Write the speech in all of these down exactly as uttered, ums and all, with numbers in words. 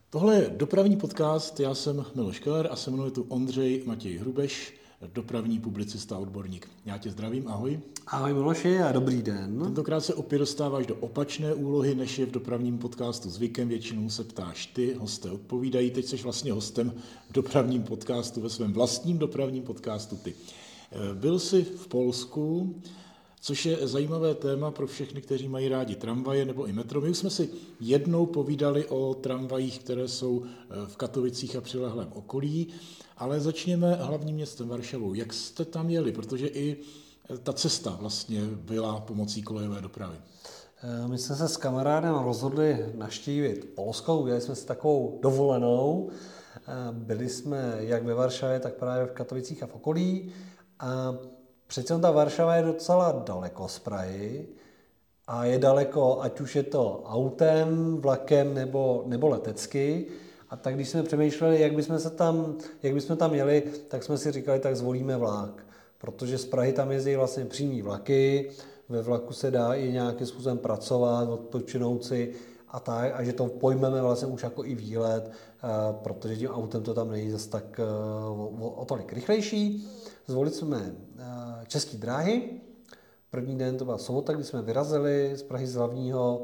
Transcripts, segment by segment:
Tohle je dopravní podcast, já jsem Miloš Keller a se mnou je tu Ondřej Matěj Hrubeš, dopravní publicista a odborník. Já tě zdravím, ahoj. Ahoj Miloši a dobrý den. Tentokrát se opět dostáváš do opačné úlohy, než je v dopravním podcastu zvykem. Většinou se ptáš ty, hosté odpovídají. Teď jsi vlastně hostem v dopravním podcastu, ve svém vlastním dopravním podcastu ty. Byl jsi v Polsku, což je zajímavé téma pro všechny, kteří mají rádi tramvaje nebo i metro. My už jsme si jednou povídali o tramvajích, které jsou v Katovicích a přilehlém okolí, ale začněme hlavním městem Varšavou. Jak jste tam jeli? Protože i ta cesta vlastně byla pomocí kolejové dopravy. My jsme se s kamarádem rozhodli navštívit Polsko, udělali jsme si takovou dovolenou. Byli jsme jak ve Varšavě, tak právě v Katovicích a v okolí. A přece ta Varšava je docela daleko z Prahy a je daleko, ať už je to autem, vlakem nebo, nebo letecky. A tak když jsme přemýšleli, jak bychom se tam, jak bychom tam jeli, tak jsme si říkali, tak zvolíme vlak. Protože z Prahy tam jezdí vlastně přímý vlaky, ve vlaku se dá i nějakým způsobem pracovat, odpočinout si a tak, a že to pojmeme vlastně už jako i výlet, protože tím autem to tam není zase tak o, o tolik rychlejší. Zvolili jsme České dráhy. První den to byla sobota, kdy jsme vyrazili z Prahy z hlavního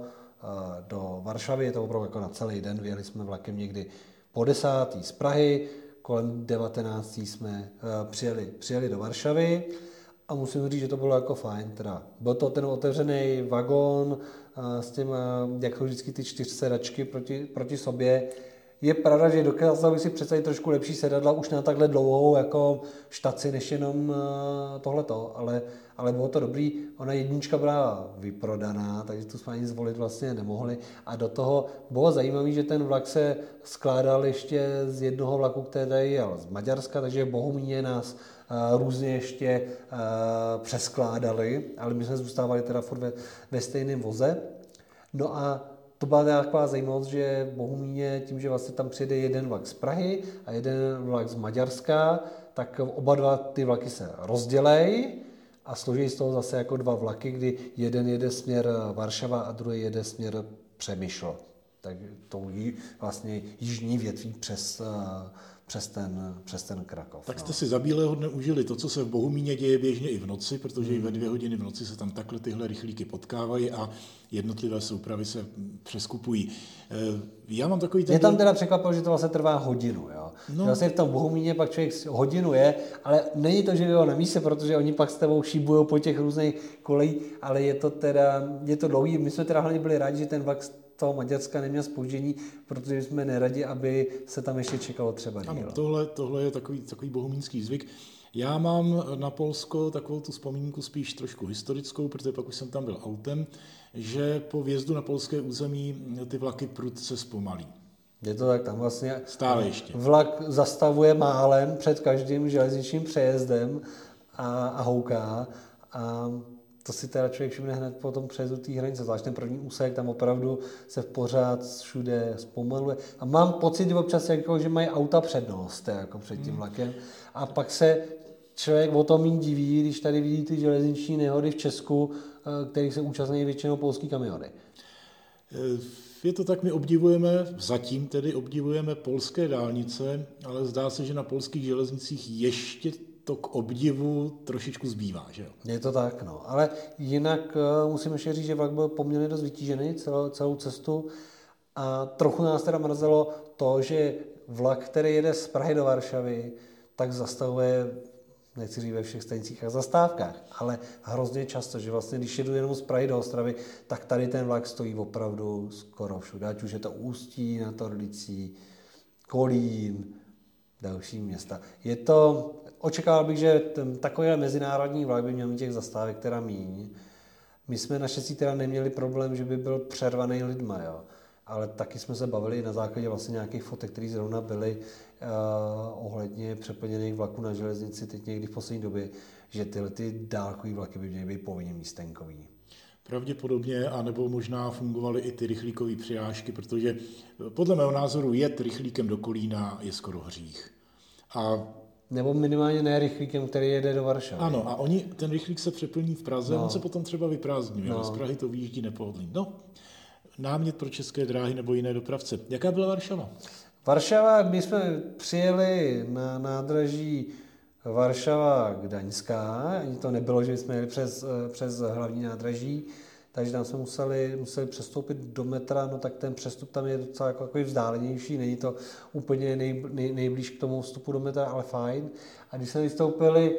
do Varšavy. Je to opravdu jako na celý den. Vyjeli jsme vlakem někdy po desátý z Prahy. Kolem devatenáctý jsme přijeli, přijeli do Varšavy. A musím říct, že to bylo jako fajn. Teda byl to ten otevřený vagón s tím, jak jsou vždycky ty čtyři sedačky proti, proti sobě. Je pravda, že dokázal bych si představit trošku lepší sedadla už na takhle dlouhou jako štaci, než jenom tohleto, ale, ale bylo to dobrý. Ona jednička byla vyprodaná, takže tu jsme ani zvolit vlastně nemohli. A do toho bylo zajímavé, že ten vlak se skládal ještě z jednoho vlaku, který jel z Maďarska, takže v Bohumíně nás různě ještě přeskládali, ale my jsme zůstávali teda furt ve, ve stejném voze. No a to byla taková zajímavost, že v Bohumíně tím, že vlastně tam přijede jeden vlak z Prahy a jeden vlak z Maďarska, tak oba dva ty vlaky se rozdělejí a složí z toho zase jako dva vlaky, kdy jeden jede směr Varšava a druhý jede směr Přemyšl. Tak to vlastně jižní větví přes Přes ten, přes ten Krakov. Tak no. jste si za bílého dne užili to, co se v Bohumíně děje běžně i v noci, protože hmm. i ve dvě hodiny v noci se tam takhle tyhle rychlíky potkávají a jednotlivé soupravy se přeskupují. Já mám takový... Mě tam teda překvapilo, že to vlastně trvá hodinu. Jo? No. Vlastně v tom Bohumíně pak člověk hodinu je, ale není to, že by bylo na místě, protože oni pak s tebou šíbujou po těch různých kolejích, ale je to teda, je to dlouhý. My jsme teda hlavně byli rádi, že ten vlak toho Maďarska neměl zpoždění, protože jsme neradi, aby se tam ještě čekalo třeba díl. Ano, tohle, tohle je takový, takový bohumínský zvyk. Já mám na Polsko takovou tu vzpomínku spíš trošku historickou, protože pak už jsem tam byl autem, že po vjezdu na polské území ty vlaky prudce zpomalí. Je to tak, tam vlastně stále ještě. Vlak zastavuje málem před každým železničním přejezdem a, a houká. A to si teda člověk všimne hned po tom přejezdu té hranice, zvlášť ten první úsek, tam opravdu se pořád všude zpomaluje. A mám pocit občas, jako, že mají auta přednost jako před tím vlakem. A pak se člověk o tom méně diví, když tady vidí ty železniční nehody v Česku, kterých se účastní většinou polský kamiony. Je to tak, my obdivujeme, zatím tedy obdivujeme polské dálnice, ale zdá se, že na polských železnicích ještě to k obdivu trošičku zbývá, že jo? Je to tak, no. Ale jinak uh, musím ještě říct, že vlak byl poměrně dost vytížený celou, celou cestu a trochu nás teda mrzelo to, že vlak, který jede z Prahy do Varšavy, tak zastavuje, nechci říct ve všech stanicích a zastávkách, ale hrozně často, že vlastně když jedu jenom z Prahy do Ostravy, tak tady ten vlak stojí opravdu skoro všude, ať už je to Ústí nad Orlicí, Kolín, další města. Je to, očekával bych, že ten, takový mezinárodní vlak by měl mít těch zastávek teda míň. My jsme naštěstí teda neměli problém, že by byl přervaný lidma, jo. Ale taky jsme se bavili na základě vlastně nějakých fotek, které zrovna byly uh, ohledně přeplněných vlaků na železnici teď někdy v poslední době, že tyhle ty dálkové vlaky by měly být povinně místenkový. Pravděpodobně, anebo možná fungovaly i ty rychlíkové přirážky, protože podle mého názoru jet rychlíkem do Kolína je skoro hřích. A nebo minimálně ne rychlíkem, který jede do Varšavy. Ano, a oni, ten rychlík se přeplní v Praze, no. On se potom třeba vyprázdňuje, no. Z Prahy to vyjíždí nepohodlný. No, námět pro České dráhy nebo jiné dopravce. Jaká byla Varšava? Varšava, když jsme přijeli na nádraží Varšava-Gdaňská, ani to nebylo, že jsme jeli přes, přes hlavní nádraží, takže tam jsme museli, museli přestoupit do metra, no tak ten přestup tam je docela jako, jako vzdálenější, není to úplně nej, nej, nejblíž k tomu vstupu do metra, ale fajn. A když jsme vystoupili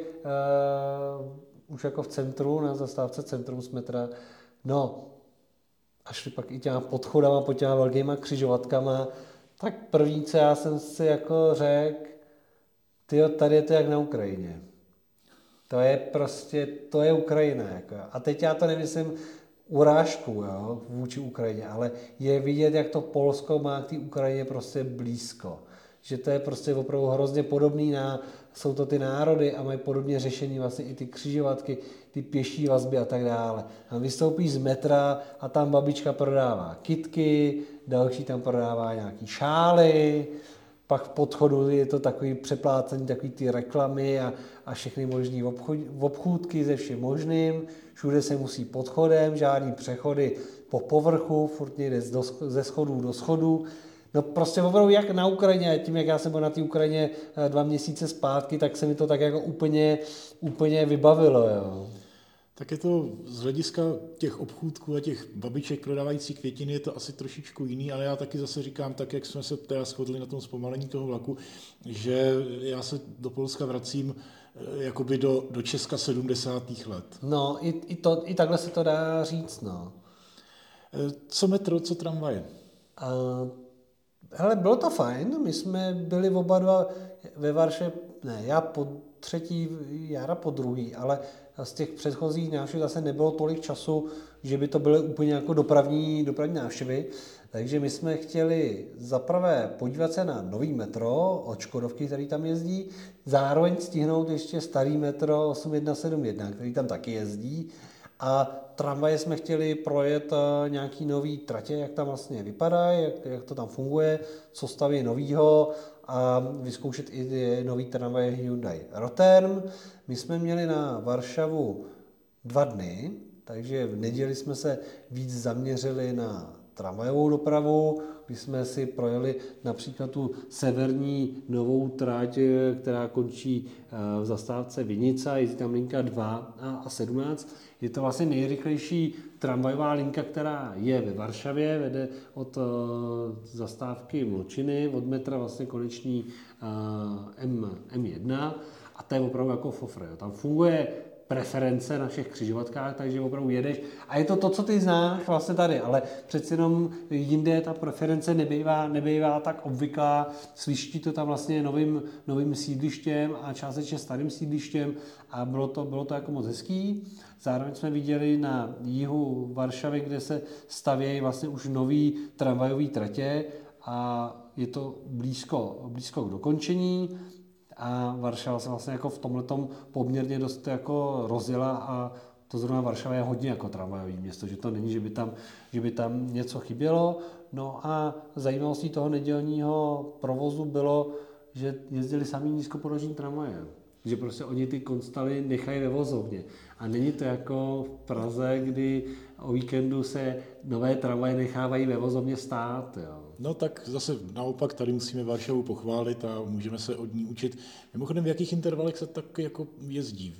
uh, už jako v centru, na zastávce centrum z metra, no a šli pak i těma podchodama, po těma velkýma křižovatkama, tak první, co já jsem si jako řekl, tyjo, tady je to jak na Ukrajině. To je prostě, to je Ukrajina. Jako. A teď já to nemyslím urážku, jo, vůči Ukrajině, ale je vidět, jak to Polsko má k té Ukrajině prostě blízko. Že to je prostě opravdu hrozně podobný na, jsou to ty národy a mají podobně řešení vlastně i ty křižovatky, ty pěší vazby a tak dále. A vystoupíš z metra a tam babička prodává kytky, další tam prodává nějaký šály, pak v podchodu je to takový přeplácení, takový ty reklamy a, a všechny možný obchod, obchůdky ze všem možným. Všude se musí podchodem, žádný přechody po povrchu, furt jde ze schodů do schodů. No prostě opravdu jak na Ukrajině, tím jak já jsem byl na té Ukrajině dva měsíce zpátky, tak se mi to tak jako úplně, úplně vybavilo. Jo. Tak je to z hlediska těch obchůdků a těch babiček prodávajících květiny je to asi trošičku jiný, ale já taky zase říkám, tak jak jsme se teda shodli na tom zpomalení toho vlaku, že já se do Polska vracím jakoby do, do Česka sedmdesátých let. No, i, i, to, i takhle se to dá říct, no. Co metro, co tramvaje? A, hele, bylo to fajn, my jsme byli oba dva ve Varšavě, ne, já po třetí, Jára po druhý, ale z těch předchozích návštěv zase nebylo tolik času, že by to byly úplně jako dopravní, dopravní návštěvy. Takže my jsme chtěli zaprvé podívat se na nový metro od Škodovky, který tam jezdí, zároveň stihnout ještě starý metro osm jedna sedm jedna, který tam taky jezdí. A tramvaje jsme chtěli projet nějaký nový tratě, jak tam vlastně vypadá, jak, jak to tam funguje, co staví novýho a vyzkoušet i nový tramvaje Hyundai Rotem. My jsme měli na Varšavu dva dny, takže v neděli jsme se víc zaměřili na tramvajovou dopravu, kdy jsme si projeli například tu severní novou trať, která končí v zastávce Vinica, jezdí tam linka dva a sedmnáct. Je to vlastně nejrychlejší tramvajová linka, která je ve Varšavě, vede od zastávky Mločiny, od metra vlastně koneční M, M1 a to je opravdu jako fofr. Tam funguje preference na všech křižovatkách, takže opravdu jedeš. A je to to, co ty znáš vlastně tady, ale přeci jenom jinde ta preference nebývá, nebývá tak obvyklá. Slyší to tam vlastně novým, novým sídlištěm a částečně starým sídlištěm a bylo to, bylo to jako moc hezký. Zároveň jsme viděli na jihu Varšavy, kde se stavějí vlastně už nový tramvajový tratě a je to blízko, blízko k dokončení. A Varšava se vlastně jako v tomhletom poměrně dost jako rozjela a to zrovna Varšava je hodně jako tramvajový město, že to není, že by tam, že by tam něco chybělo. No a zajímavostí toho nedělního provozu bylo, že jezdili sami nízkopodlažní tramvaje. Že prostě oni ty konstaly nechají ve vozovně. A není to jako v Praze, kdy o víkendu se nové tramvaje nechávají ve vozovně stát. Jo. No tak zase naopak tady musíme Varšavu pochválit a můžeme se od ní učit. Mimochodem, v jakých intervalech se tak jako jezdí?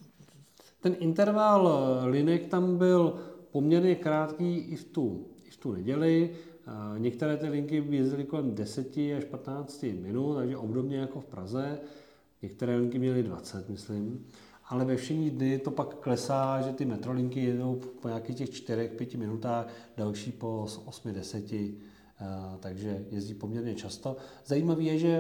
Ten interval linek tam byl poměrně krátký i v tu, i v tu neděli. Některé ty linky jezdily kolem deset až patnáct minut, takže obdobně jako v Praze. Některé linky měly dvacet, myslím. Ale ve všední dny to pak klesá, že ty metrolinky jedou po nějakých těch čtyřech, pěti minutách, další po osmi, deseti, takže jezdí poměrně často. Zajímavé je, že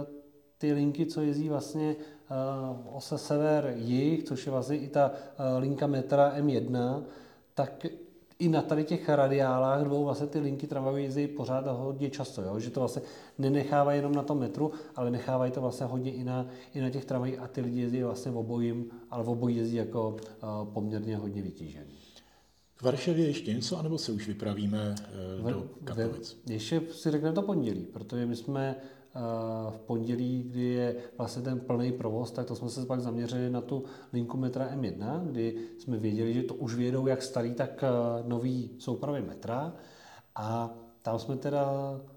ty linky, co jezdí vlastně ose sever-jih, což je vlastně i ta linka metra M jedna, tak i na tady těch radiálách dvou vlastně ty linky tramvajové jezdí pořád hodně často, jo? Že to vlastně nenechávají jenom na tom metru, ale nechávají to vlastně hodně i na, i na těch tramvajích a ty lidi jezdí vlastně v obojím, ale v obojí jezdí jako uh, poměrně hodně vytížený. V Varšavě ještě něco, anebo se už vypravíme uh, do Katovic? Ještě si řekneme to pondělí, protože my jsme v pondělí, kdy je vlastně ten plný provoz, tak to jsme se pak zaměřili na tu linku metra M jedna, kdy jsme věděli, že to už vědou jak starý, tak nový soupravy metra. A tam jsme teda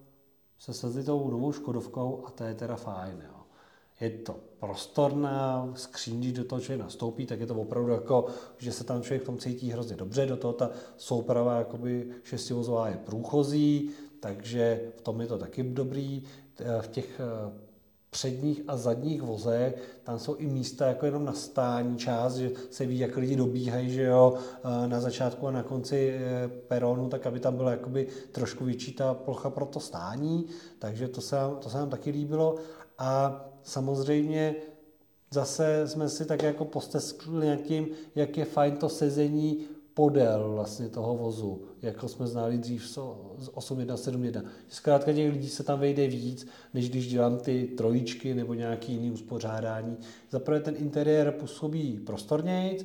se svezli tou novou Škodovkou a to je teda fajn. Jo. Je to prostorná skříň, když do toho člověk nastoupí, tak je to opravdu jako, že se tam člověk v tom cítí hrozně dobře, do toho ta souprava jakoby šestivozová je průchozí, takže v tom je to taky dobrý. V těch předních a zadních vozech, tam jsou i místa jako jenom na stání část, že se ví, jak lidi dobíhají, že jo, na začátku a na konci peronu, tak aby tam byla jakoby trošku větší ta plocha pro to stání, takže to se, to se nám taky líbilo. A samozřejmě zase jsme si tak jako posteskli nad tím, jak je fajn to sezení podél vlastně toho vozu, jako jsme znali dřív z osm jedna sedm jedna. Zkrátka těch lidí se tam vejde víc, než když dělám ty trojičky nebo nějaký jiný uspořádání. Zaprvé ten interiér působí prostornějc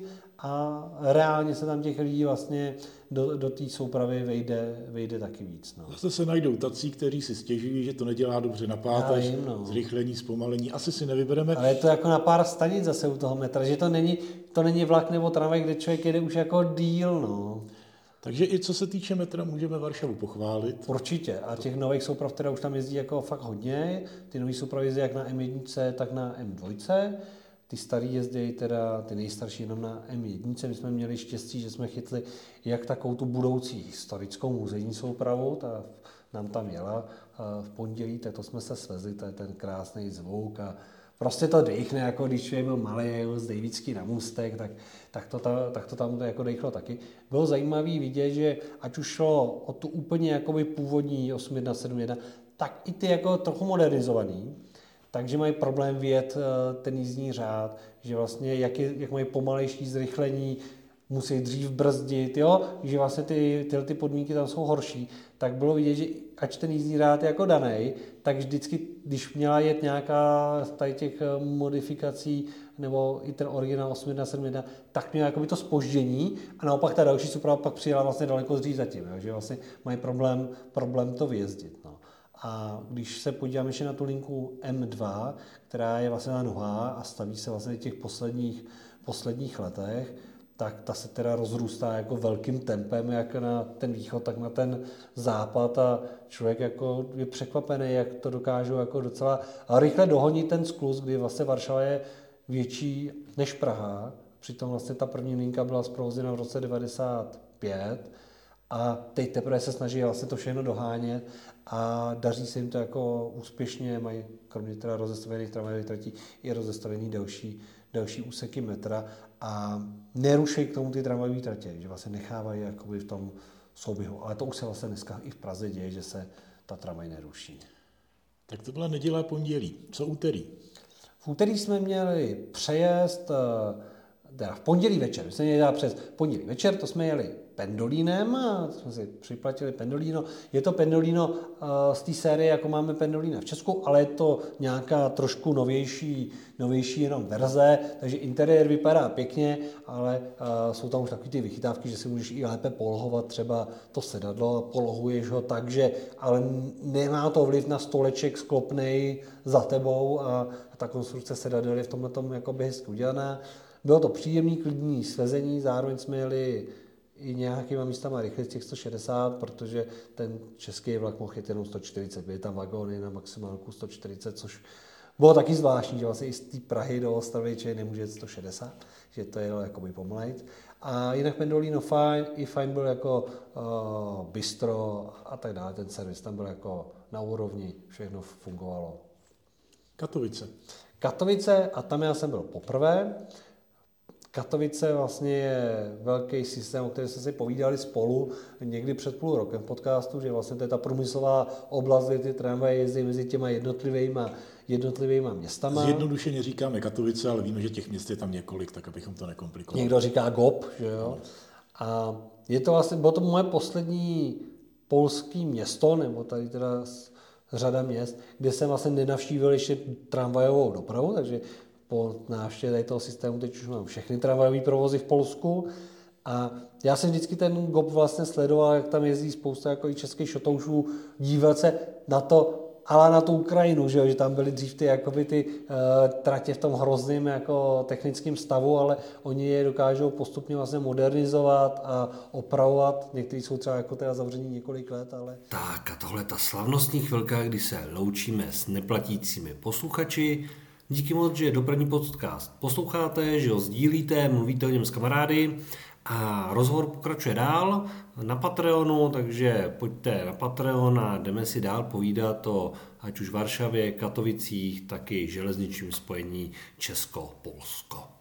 a reálně se tam těch lidí vlastně do, do té soupravy vejde, vejde taky víc. No. Zase se najdou tací, kteří si stěžují, že to nedělá dobře na páteř, no. zrychlení, zpomalení, asi si nevybereme. Ale je to jako na pár stanic zase u toho metra, že to není, to není vlak nebo tramvaj, kde člověk jede už jako díl. No. Takže i co se týče metra, můžeme Varšavu pochválit. Určitě. A těch nových souprav, které už tam jezdí jako fakt hodně. Ty nový soupravy jezdí jak na M jedna, tak na M dva. Ty starý jezdí teda, ty nejstarší jenom na M jedna. My jsme měli štěstí, že jsme chytli jak takovou tu budoucí historickou muzejní soupravu, ta nám tam jela v pondělí, tak to jsme se svezli, to je ten krásný zvuk a prostě to dechne, jako když člověk byl malý, z Davidský na můstek, tak, tak, to, ta, tak to tam jako dechlo taky. Bylo zajímavé vidět, že ať už šlo o tu úplně jakoby původní osm jedna sedm jedna, tak i ty jako trochu modernizovaný, takže mají problém vyjet ten jízdní řád, že vlastně jak, je, jak mají pomalejší zrychlení, musí dřív brzdit, jo? Že vlastně ty, tyhle ty podmínky tam jsou horší, tak bylo vidět, že ač ten jízdní řád je jako danej, tak vždycky, když měla jet nějaká z tady těch modifikací, nebo i ten originál osm jedna sedm jedna, tak měla jakoby to zpoždění a naopak ta další souprava pak přijela vlastně daleko dřív zatím, jo? Že vlastně mají problém, problém to vyjezdit. No. A když se podíváme ještě na tu linku M dva, která je vlastně nová a staví se vlastně v těch posledních, posledních letech, tak ta se teda rozrůstá jako velkým tempem, jak na ten východ, tak na ten západ a člověk jako je překvapený, jak to dokážou jako docela rychle dohonit ten skluz, kdy vlastně Varšava je větší než Praha, přitom vlastně ta první linka byla zprovozena v roce devadesát pět a teď teprve se snaží vlastně to všechno dohánět a daří se jim to jako úspěšně, mají kromě teda rozestavených tramvajových tratí i rozestavený další, další úseky metra a nerušejí k tomu ty tramvajové tratě, že vlastně nechávají jakoby v tom souběhu. Ale to už se vlastně dneska i v Praze děje, že se ta tramvaj neruší. Tak to byla neděle a pondělí. Co úterý? V úterý jsme měli přejezd, teda v pondělí večer, my jsme měli přes pondělí večer, to jsme jeli Pendolínem, jsme si připlatili Pendolino. Je to Pendolino z té série, jako máme Pendolina v Česku, ale je to nějaká trošku novější, novější jenom verze, takže interiér vypadá pěkně, ale jsou tam už takové ty vychytávky, že si můžeš i lépe polohovat třeba to sedadlo a polohuješ ho tak, že ale nemá to vliv na stoleček sklopnej za tebou a ta konstrukce sedadel je v tomhle tom jakoby hezky udělaná. Bylo to příjemný, klidný svezení, zároveň jsme jeli i nějakýma místama rychle z těch sto šedesát, protože ten český vlak mohl jet jenom sto čtyřicet, byly tam vagóny na maximálku sto čtyřicet, což bylo taky zvláštní, že vlastně i z té Prahy do Ostravy člověk nemůže jet sto šedesát, že to jelo jakoby pomalejc. A jinak Pendolino fajn, i fajn byl jako uh, bistro a tak dále, ten servis tam byl jako na úrovni, všechno fungovalo. Katovice. Katovice a tam já jsem byl poprvé. Katovice vlastně je velký systém, o kterém jsme si povídali spolu někdy před půl rokem v podcastu, že vlastně to je ta průmyslová oblast, kde ty tramvaje jezdí mezi těma jednotlivýma, jednotlivýma městama. Zjednodušeně říkáme Katovice, ale víme, že těch měst je tam několik, tak abychom to nekomplikovali. Někdo říká G O P, že jo. A je to vlastně, bylo to moje poslední polský město, nebo tady teda řada měst, kde jsem vlastně nenavštívil ještě tramvajovou dopravu, takže po návštěvě toho systému teď už mám všechny tramvajové provozy v Polsku a já jsem vždycky ten G O P vlastně sledoval, jak tam jezdí spousta jako i českých šotoušů, dívat se na to, ale na tu Ukrajinu, že, jo? Že tam byly dřív ty, jakoby ty uh, tratě v tom hrozném jako technickém stavu, ale oni je dokážou postupně vlastně modernizovat a opravovat. Někteří jsou třeba jako teda zavření několik let, ale... Tak a tohle ta slavnostní chvilka, kdy se loučíme s neplatícími posluchači. Díky moc, že dopravní podcast posloucháte, že ho sdílíte, mluvíte o něm s kamarády a rozhovor pokračuje dál na Patreonu, takže pojďte na Patreon a jdeme si dál povídat o ať už Varšavě, Katovicích, taky železničním spojení Česko-Polsko.